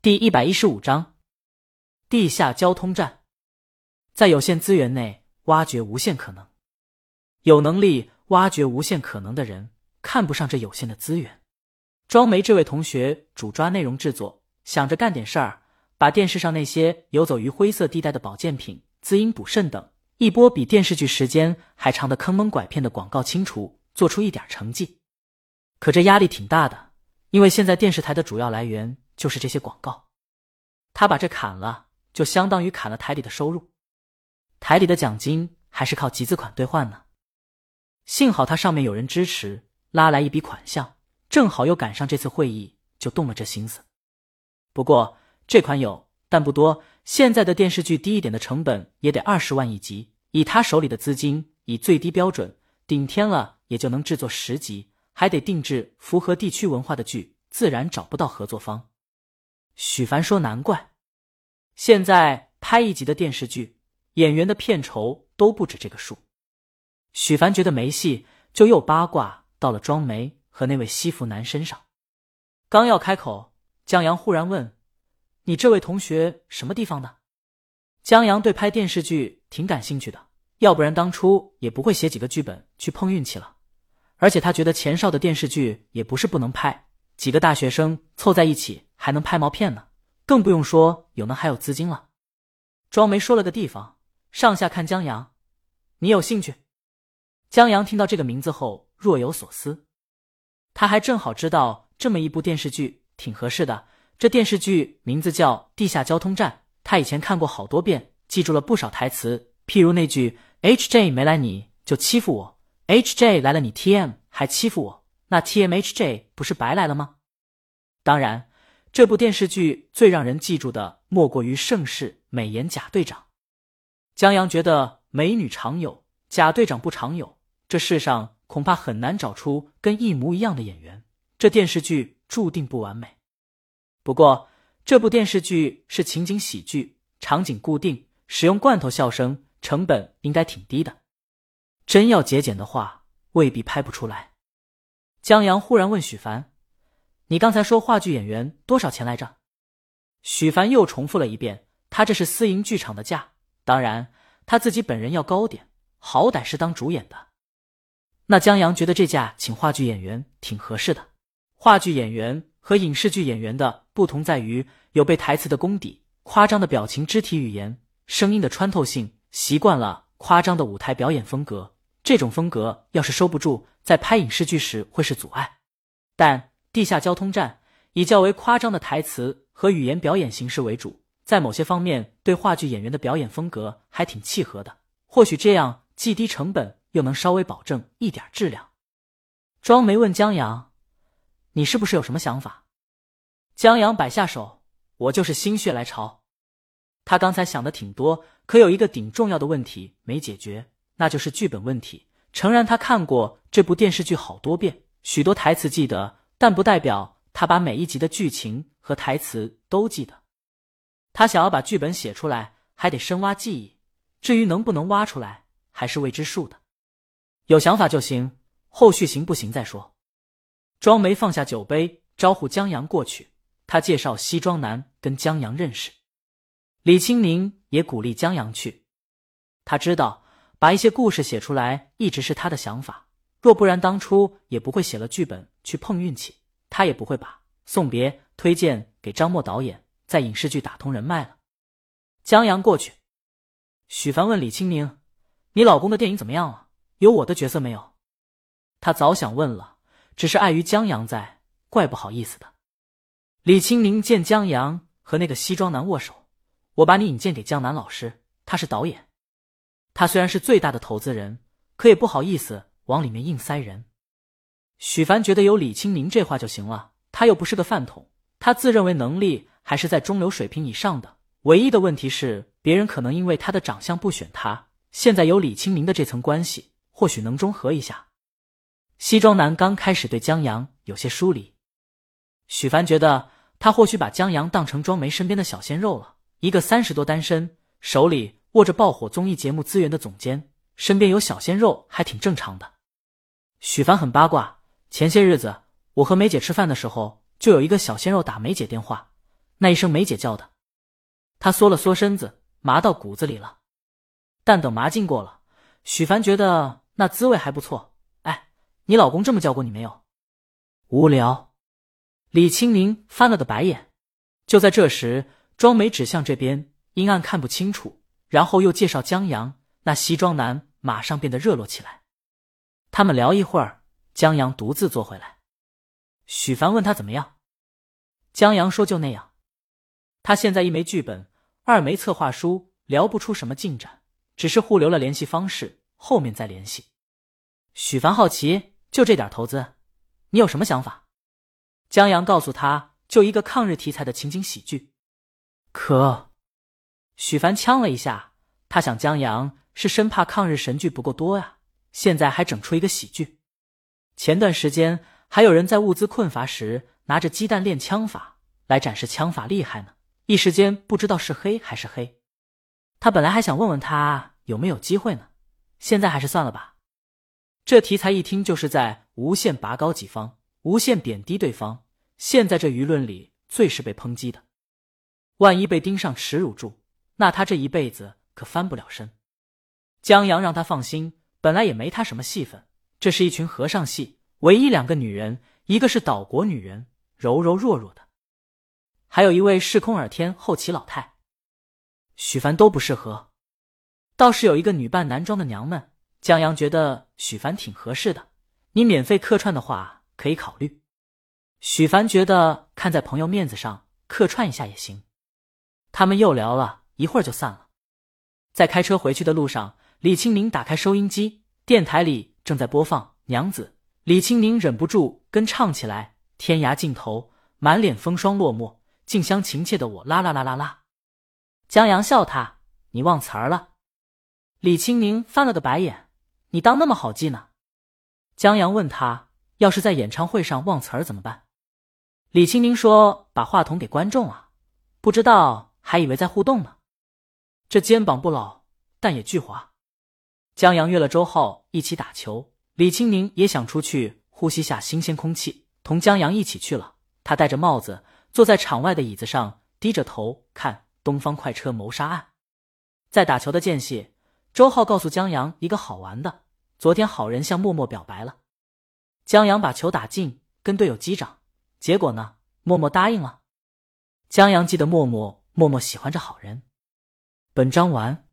第115章地下交通站。在有限资源内挖掘无限可能，有能力挖掘无限可能的人看不上这有限的资源。庄梅这位同学主抓内容制作，想着干点事儿，把电视上那些游走于灰色地带的保健品、滋阴补肾等一波比电视剧时间还长的坑蒙拐骗的广告清除，做出一点成绩。可这压力挺大的，因为现在电视台的主要来源就是这些广告。他把这砍了，就相当于砍了台里的收入。台里的奖金还是靠集资款兑换呢。幸好他上面有人支持，拉来一笔款项，正好又赶上这次会议，就动了这心思。不过这款有，但不多，现在的电视剧低一点的成本也得20万一集，以他手里的资金，以最低标准，顶天了也就能制作10集，还得定制符合地区文化的剧，自然找不到合作方。许凡说难怪，现在拍一集的电视剧，演员的片酬都不止这个数。许凡觉得没戏，就又八卦到了庄梅和那位西服男身上。刚要开口，江阳忽然问：你这位同学什么地方的？江阳对拍电视剧挺感兴趣的，要不然当初也不会写几个剧本去碰运气了。而且他觉得钱少的电视剧也不是不能拍，几个大学生凑在一起还能拍毛片呢，更不用说有能还有资金了。庄梅说了个地方，上下看江阳：你有兴趣？江阳听到这个名字后若有所思，他还正好知道这么一部电视剧挺合适的。这电视剧名字叫《地下交通站》，他以前看过好多遍，记住了不少台词，譬如那句 HJ 没来你就欺负我， HJ 来了你 TM 还欺负我，那 TMHJ 不是白来了吗？当然这部电视剧最让人记住的莫过于盛世美颜贾队长。江阳觉得美女常有，贾队长不常有，这世上恐怕很难找出跟一模一样的演员，这电视剧注定不完美。不过这部电视剧是情景喜剧，场景固定，使用罐头笑声，成本应该挺低的。真要节俭的话，未必拍不出来。江阳忽然问许凡：你刚才说话剧演员多少钱来着？许凡又重复了一遍，他这是私营剧场的价，当然他自己本人要高点，好歹是当主演的。那江阳觉得这价请话剧演员挺合适的。话剧演员和影视剧演员的不同在于有背台词的功底，夸张的表情肢体语言，声音的穿透性，习惯了夸张的舞台表演风格，这种风格要是收不住，在拍影视剧时会是阻碍。但地下交通站以较为夸张的台词和语言表演形式为主，在某些方面对话剧演员的表演风格还挺契合的，或许这样既低成本又能稍微保证一点质量。庄梅问江阳：你是不是有什么想法？江阳摆下手：我就是心血来潮。他刚才想的挺多，可有一个顶重要的问题没解决，那就是剧本问题。诚然他看过这部电视剧好多遍，许多台词记得，但不代表他把每一集的剧情和台词都记得。他想要把剧本写出来，还得深挖记忆，至于能不能挖出来，还是未知数的。有想法就行，后续行不行再说。庄梅放下酒杯，招呼江阳过去，他介绍西装男跟江阳认识。李青宁也鼓励江阳去，他知道把一些故事写出来一直是他的想法，若不然当初也不会写了剧本去碰运气，他也不会把送别推荐给张默导演，在影视剧打通人脉了。江阳过去，许凡问李青宁：你老公的电影怎么样了？有我的角色没有？他早想问了，只是碍于江阳在，怪不好意思的。李青宁见江阳和那个西装男握手：我把你引荐给江南老师，他是导演。他虽然是最大的投资人，可也不好意思往里面硬塞人。许凡觉得有李青宁这话就行了，他又不是个饭桶，他自认为能力还是在中流水平以上的，唯一的问题是别人可能因为他的长相不选他，现在有李青宁的这层关系，或许能中和一下。西装男刚开始对江阳有些疏离，许凡觉得他或许把江阳当成庄梅身边的小鲜肉了，一个30多单身，手里握着爆火综艺节目资源的总监，身边有小鲜肉还挺正常的。许凡很八卦，前些日子我和梅姐吃饭的时候，就有一个小鲜肉打梅姐电话， 那一声没姐叫的，他缩了缩身子，麻到骨子里了。但等麻劲过了，许凡觉得那滋味还不错。哎，你老公这么叫过你没有？无聊。李青宁翻了个白眼。就在这时，庄梅指向这边，阴暗看不清楚，然后又介绍江阳，那西装男马上变得热络起来。他们聊一会儿，江阳独自坐回来。许凡问他怎么样，江阳说就那样。他现在一没剧本，二没策划书，聊不出什么进展，只是互留了联系方式，后面再联系。许凡好奇，就这点投资，你有什么想法？江阳告诉他，就一个抗日题材的情景喜剧。可许凡呛了一下，他想江阳是生怕抗日神剧不够多呀，现在还整出一个喜剧。前段时间还有人在物资困乏时拿着鸡蛋练枪法来展示枪法厉害呢，一时间不知道是黑还是黑。他本来还想问问他有没有机会呢，现在还是算了吧。这题材一听就是在无限拔高己方，无限贬低对方，现在这舆论里最是被抨击的。万一被盯上耻辱住，那他这一辈子可翻不了身。江阳让他放心，本来也没他什么戏份，这是一群和尚戏，唯一2个女人，一个是岛国女人，柔柔弱弱的，还有一位是空耳天后旗老太。许凡都不适合，倒是有一个女扮男装的娘们，江阳觉得许凡挺合适的，你免费客串的话可以考虑。许凡觉得看在朋友面子上客串一下也行。他们又聊了一会儿就散了。在开车回去的路上，李青宁打开收音机，电台里正在播放《娘子》，李青宁忍不住跟唱起来，天涯尽头，满脸风霜落寞，静香情切的我啦啦啦啦啦。江阳笑他，你忘词儿了。李青宁翻了个白眼，你当那么好记呢？江阳问他，要是在演唱会上忘词儿怎么办？李青宁说，把话筒给观众啊，不知道还以为在互动呢。这肩膀不老，但也巨滑。江阳约了周浩一起打球，李青宁也想出去呼吸下新鲜空气，同江阳一起去了。他戴着帽子，坐在场外的椅子上，低着头看《东方快车谋杀案》。在打球的间隙，周浩告诉江阳一个好玩的，昨天好人向默默表白了。江阳把球打进，跟队友击掌，结果呢，默默答应了。江阳记得默默喜欢着好人。本章完。